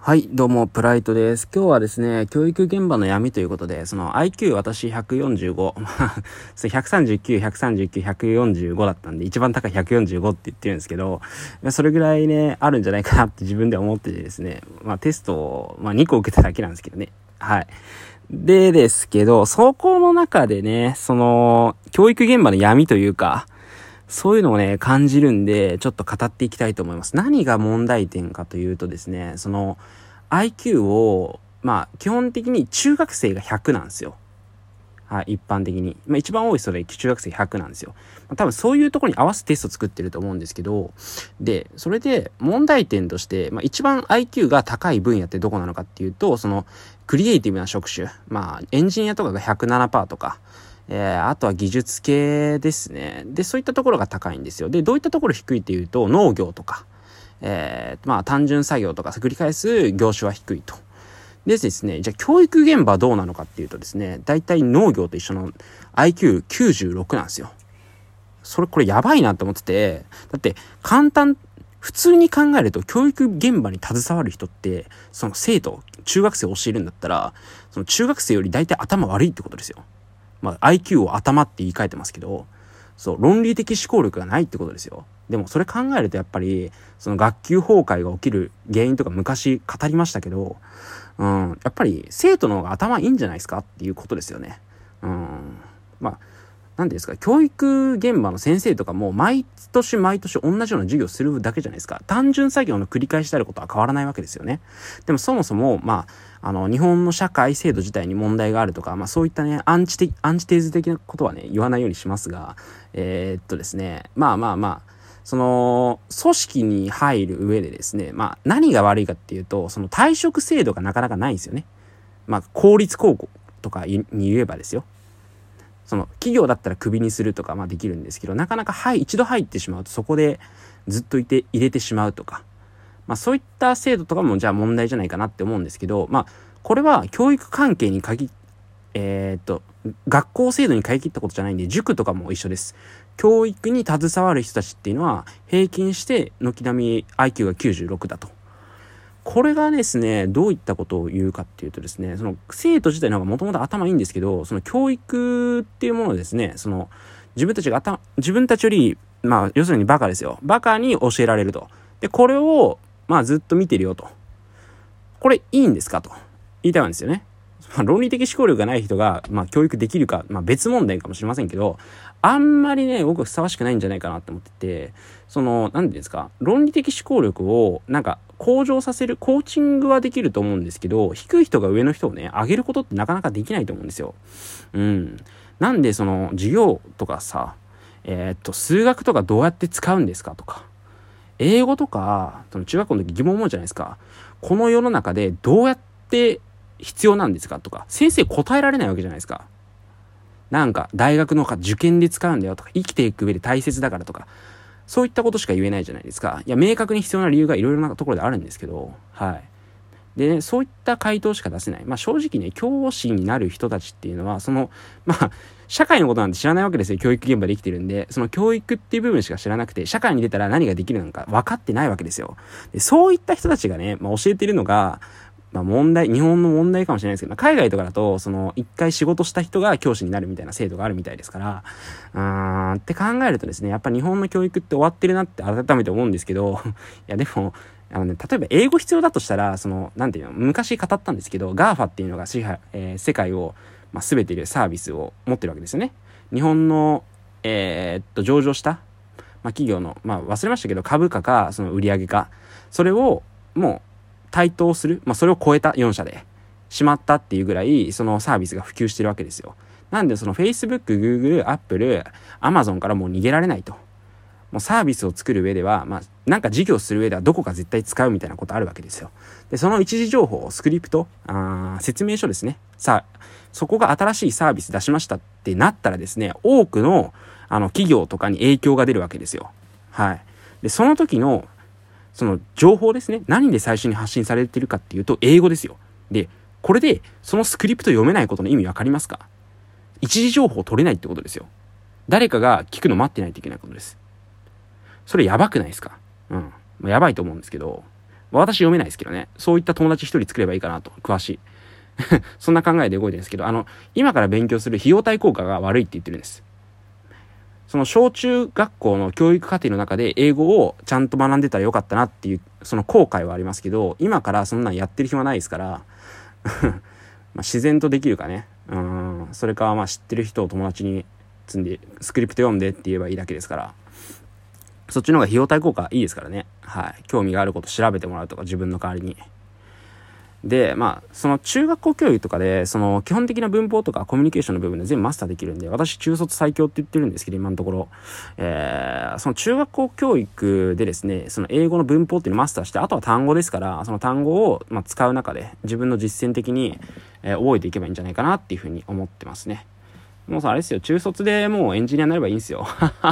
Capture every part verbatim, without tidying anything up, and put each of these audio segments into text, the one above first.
はい、どうも、プライトです。今日はですね、教育現場の闇ということで、その アイキュー 私ひゃくよんじゅうご、まあ、ひゃくさんじゅうきゅう、ひゃくさんじゅうきゅう、ひゃくよんじゅうごだったんで、一番高いひゃくよんじゅうごって言ってるんですけど、それぐらいね、あるんじゃないかなって自分で思っててですね、まあテストを、まあにこ受けただけなんですけどね。はい。でですけど、そこの中でね、その、教育現場の闇というか、そういうのをね、感じるんで、ちょっと語っていきたいと思います。何が問題点かというとですね、その、アイキュー を、まあ、基本的に中学生がひゃくなんですよ。はい、一般的に。まあ、一番多いそれ、中学生ひゃくなんですよ。まあ、多分そういうところに合わせてテスト作ってると思うんですけど、で、それで問題点として、まあ、一番 アイキュー が高い分野ってどこなのかっていうと、その、クリエイティブな職種。まあ、エンジニアとかが ひゃくななパーセント とか、えー、あとは技術系ですね。で、そういったところが高いんですよ。で、どういったところ低いっていうと、農業とか、えー、まあ単純作業とか繰り返す業種は低いと。でですね、じゃあ教育現場はどうなのかっていうとですね、だいたい農業と一緒の アイキューきゅうじゅうろく なんですよ。それこれやばいなと思ってて、だって簡単、普通に考えると教育現場に携わる人って、その生徒、中学生を教えるんだったら、その中学生よりだいたい頭悪いってことですよ。まあ アイキュー を頭って言い換えてますけど、そう、論理的思考力がないってことですよ。でもそれ考えるとやっぱり、その学級崩壊が起きる原因とか昔語りましたけど、うん、やっぱり生徒の方が頭いいんじゃないですかっていうことですよね。うん、まあ、なんですか、教育現場の先生とかも毎年毎年同じような授業するだけじゃないですか。単純作業の繰り返しであることは変わらないわけですよね。でもそもそも、まあ、あの、日本の社会制度自体に問題があるとか、まあそういったね、アンチテ、アンチテーズ的なことはね、言わないようにしますが、えー、っとですね、まあまあまあ、その、組織に入る上でですね、まあ何が悪いかっていうと、その退職制度がなかなかないんですよね。まあ公立高校とかに言えばですよ。その企業だったらクビにするとかまあできるんですけど、なかなかはい一度入ってしまうとそこでずっといて入れてしまうとか、まあそういった制度とかもじゃあ問題じゃないかなって思うんですけど、まあこれは教育関係に限っえー、っと学校制度に限ったことじゃないんで、塾とかも一緒です。教育に携わる人たちっていうのは平均して軒並み アイキュー がきゅうじゅうろくだと。これがですね、どういったことを言うかっていうとですね、その生徒自体の方がもともと頭いいんですけど、その教育っていうものをですね、その自分たちが頭、自分たちより、まあ要するにバカですよ。バカに教えられると。で、これを、まあずっと見てるよと。これいいんですかと言いたいんですよね。まあ、論理的思考力がない人が、まあ、教育できるか、まあ、別問題かもしれませんけど、あんまりね、僕はふさわしくないんじゃないかなって思ってて、その、なんていうんですか、論理的思考力を、なんか、向上させる、コーチングはできると思うんですけど、低い人が上の人をね、上げることってなかなかできないと思うんですよ。うん。なんで、その、授業とかさ、えー、っと、数学とかどうやって使うんですかとか、英語とか、その中学校の時疑問思うじゃないですか。この世の中でどうやって必要なんですかとか、先生答えられないわけじゃないですか。なんか、大学の受験で使うんだよとか、生きていく上で大切だからとか、そういったことしか言えないじゃないですか。いや、明確に必要な理由がいろいろなところであるんですけど、はい。でね、そういった回答しか出せない。まあ正直ね、教師になる人たちっていうのは、その、まあ、社会のことなんて知らないわけですよ。教育現場で生きてるんで、その教育っていう部分しか知らなくて、社会に出たら何ができるのか分かってないわけですよ。で、そういった人たちがね、まあ教えてるのが、まあ問題、日本の問題かもしれないですけど、まあ、海外とかだと、その、一回仕事した人が教師になるみたいな制度があるみたいですから、うーん、って考えるとですね、やっぱ日本の教育って終わってるなって改めて思うんですけど、いやでも、あのね、例えば英語必要だとしたら、その、なんていうの、昔語ったんですけど、ガーファ っていうのが支配、えー、世界を、まあ、全ているサービスを持ってるわけですよね。日本の、えー、っと、上場した、まあ、企業の、まあ、忘れましたけど、株価か、その売上か、それを、もう、対等する、まあ、それを超えたよん社で、しまったっていうぐらい、そのサービスが普及してるわけですよ。なんで、その Facebook、Google、Apple、Amazon からもう逃げられないと。もうサービスを作る上では、まあ、なんか事業する上ではどこか絶対使うみたいなことあるわけですよ。で、その一時情報、スクリプト、あ説明書ですね。さあ、そこが新しいサービス出しましたってなったらですね、多くの、あの、企業とかに影響が出るわけですよ。はい。で、その時の、その情報ですね。何で最初に発信されてるかっていうと、英語ですよ。で、これで、そのスクリプト読めないことの意味わかりますか？一時情報を取れないってことですよ。誰かが聞くの待ってないといけないことです。それやばくないですか？うん。やばいと思うんですけど、 私読めないですけどね。そういった友達一人作ればいいかなと。詳しい。そんな考えで動いてるんですけど、あの、今から勉強する費用対効果が悪いって言ってるんです。その小中学校の教育課程の中で英語をちゃんと学んでたらよかったなっていう、その後悔はありますけど、今からそんなんやってる暇ないですから、まあ自然とできるかね。うん、それかまあ知ってる人を友達に積んで、スクリプト読んでって言えばいいだけですから、そっちの方が費用対効果いいですからね。はい。興味があること調べてもらうとか、自分の代わりに。で、まあ、その中学校教育とかで、その基本的な文法とかコミュニケーションの部分で全部マスターできるんで、私中卒最強って言ってるんですけど、今のところ。えー、その中学校教育でですね、その英語の文法っていうのをマスターして、あとは単語ですから、その単語を、まあ、使う中で、自分の実践的に、えー、覚えていけばいいんじゃないかなっていうふうに思ってますね。もうさ、あれですよ、中卒でもうエンジニアになればいいんですよ。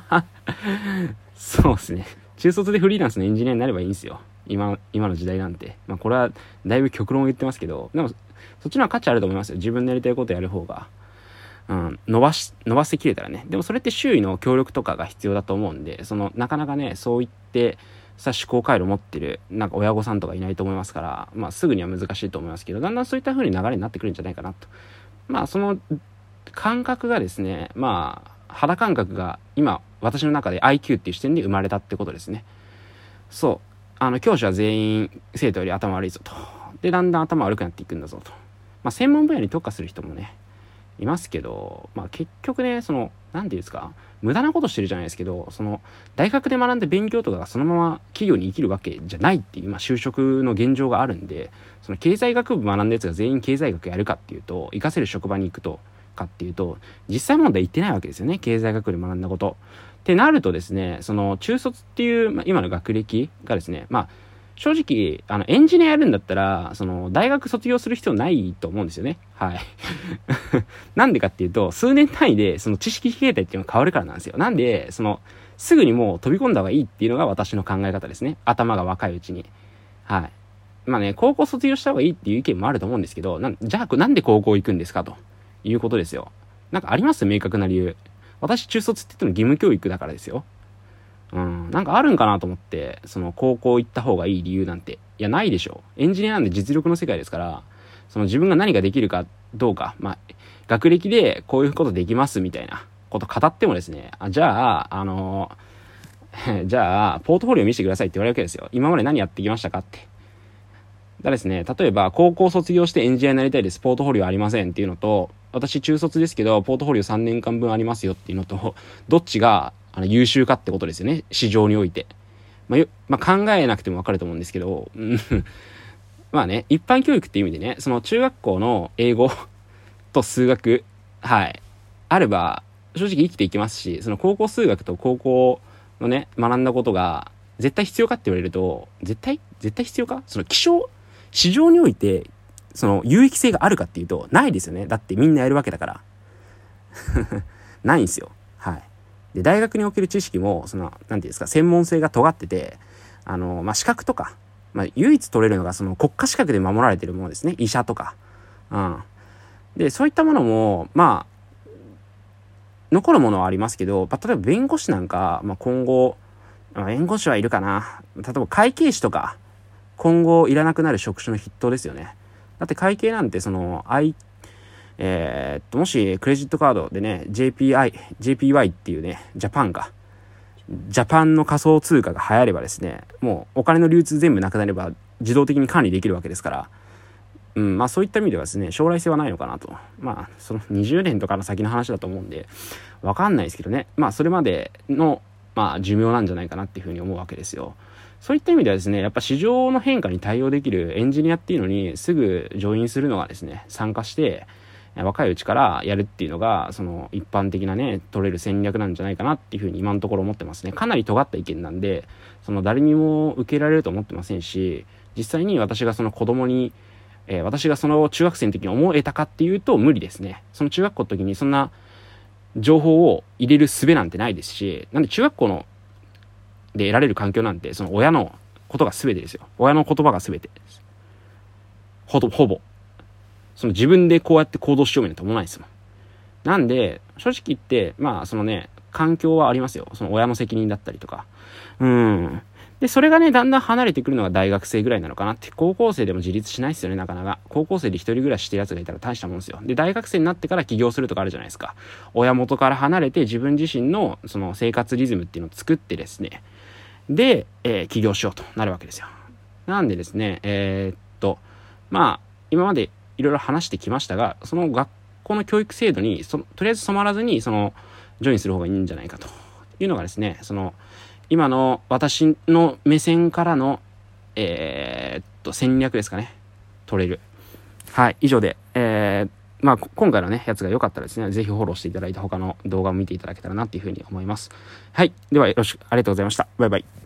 そうですね。中卒でフリーランスのエンジニアになればいいんですよ。今、今の時代なんて。まあこれはだいぶ極論を言ってますけど、でもそっちの方が価値あると思いますよ。自分のやりたいことやる方が。うん、伸ばし、伸ばせきれたらね。でもそれって周囲の協力とかが必要だと思うんで、その、なかなかね、そう言って、さ、思考回路持ってる、なんか親御さんとかいないと思いますから、まあすぐには難しいと思いますけど、だんだんそういった風に流れになってくるんじゃないかなと。まあその感覚がですね、まあ、肌感覚が今、私の中で アイキュー っていう視点で生まれたってことですね。そう。あの、教師は全員生徒より頭悪いぞと。で、だんだん頭悪くなっていくんだぞと。まあ、専門分野に特化する人もね、いますけど、まあ結局ね、その、なんていうんですか、無駄なことしてるじゃないですけど、その、大学で学んで勉強とかがそのまま企業に生きるわけじゃないっていう、まあ就職の現状があるんで、その経済学部学んだやつが全員経済学やるかっていうと、活かせる職場に行くと、かっていうと、実際問題言ってないわけですよね。経済学で学んだこと。ってなるとですね、その中卒っていう、まあ、今の学歴がですね、まあ、正直、あの、エンジニアやるんだったら、その、大学卒業する必要ないと思うんですよね。はい。なんでかっていうと、数年単位で、その知識形態っていうのが変わるからなんですよ。なんで、その、すぐにもう飛び込んだ方がいいっていうのが私の考え方ですね。頭が若いうちに。はい。まあね、高校卒業した方がいいっていう意見もあると思うんですけど、なんじゃあ、なんで高校行くんですかということですよ。なんかあります明確な理由。私中卒って言っても義務教育だからですよ。うん。なんかあるんかなと思って、その高校行った方がいい理由なんて。いや、ないでしょ。エンジニアなんで実力の世界ですから、その自分が何ができるかどうか、まあ、学歴でこういうことできますみたいなこと語ってもですね、あじゃあ、あの、じゃあ、ポートフォリオ見せてくださいって言われるわけですよ。今まで何やってきましたかって。だですね、例えば、高校卒業してエンジニアになりたいです。ポートフォリオありませんっていうのと、私中卒ですけど、ポートフォリオさんねんかんぶんありますよっていうのと、どっちがあの優秀かってことですよね。市場において。まあ、よまあ、考えなくてもわかると思うんですけど、まあね、一般教育っていう意味でね、その中学校の英語と数学、はい、あれば、正直生きていきますし、その高校数学と高校のね、学んだことが、絶対必要かって言われると、絶対絶対必要かその気象市場において、その有益性があるかっていうと、ないですよね。だってみんなやるわけだから。ないんですよ。はい。で、大学における知識も、その、なんていうんですか、専門性が尖ってて、あの、まあ、資格とか、まあ、唯一取れるのが、その国家資格で守られてるものですね。医者とか。うん。で、そういったものも、まあ、残るものはありますけど、例えば弁護士なんか、まあ、今後、弁護士はいるかな。例えば会計士とか、今後いらなくなる職種の筆頭ですよね。だって会計なんてその、I、えー、っと、もしクレジットカードでね、ジェーピーアイ、ジェーピーワイ っていうね、ジャパンが、ジャパンの仮想通貨が流行ればですね、もうお金の流通全部なくなれば自動的に管理できるわけですから、うん、まあそういった意味ではですね、将来性はないのかなと。まあ、そのにじゅうねんとかの先の話だと思うんで、わかんないですけどね。まあそれまでの、まあ寿命なんじゃないかなっていうふうに思うわけですよ。そういった意味ではですね、やっぱ市場の変化に対応できるエンジニアっていうのにすぐジョインするのがですね、参加して、若いうちからやるっていうのが、その一般的なね、取れる戦略なんじゃないかなっていうふうに今のところ思ってますね。かなり尖った意見なんで、その誰にも受けられると思ってませんし、実際に私がその子供に、えー、私がその中学生の時に思えたかっていうと無理ですね。その中学校の時にそんな情報を入れる術なんてないですし、なんで中学校ので得られる環境なんて、その親のことが全てですよ。親の言葉が全てです。ほぼ、ほぼ。その自分でこうやって行動しようみたいなと思わないですもん。なんで、正直言って、まあ、そのね、環境はありますよ。その親の責任だったりとか。うん。 で、それがね、だんだん離れてくるのが大学生ぐらいなのかなって。高校生でも自立しないですよね、なかなか。高校生で一人暮らししてるやつがいたら大したもんですよ。で、大学生になってから起業するとかあるじゃないですか。親元から離れて自分自身のその生活リズムっていうのを作ってですね、で、えー、起業しようとなるわけですよ。なんでですね、えー、っと、まあ、今までいろいろ話してきましたが、その学校の教育制度にそとりあえず染まらずに、その、ジョインする方がいいんじゃないかというのがですね、その、今の私の目線からの、えー、っと、戦略ですかね。取れる。はい、以上で、えー、まあ、今回のね、やつが良かったらですね、ぜひフォローしていただいて他の動画を見ていただけたらなっていうふうに思います。はい。ではよろしく、ありがとうございました。バイバイ。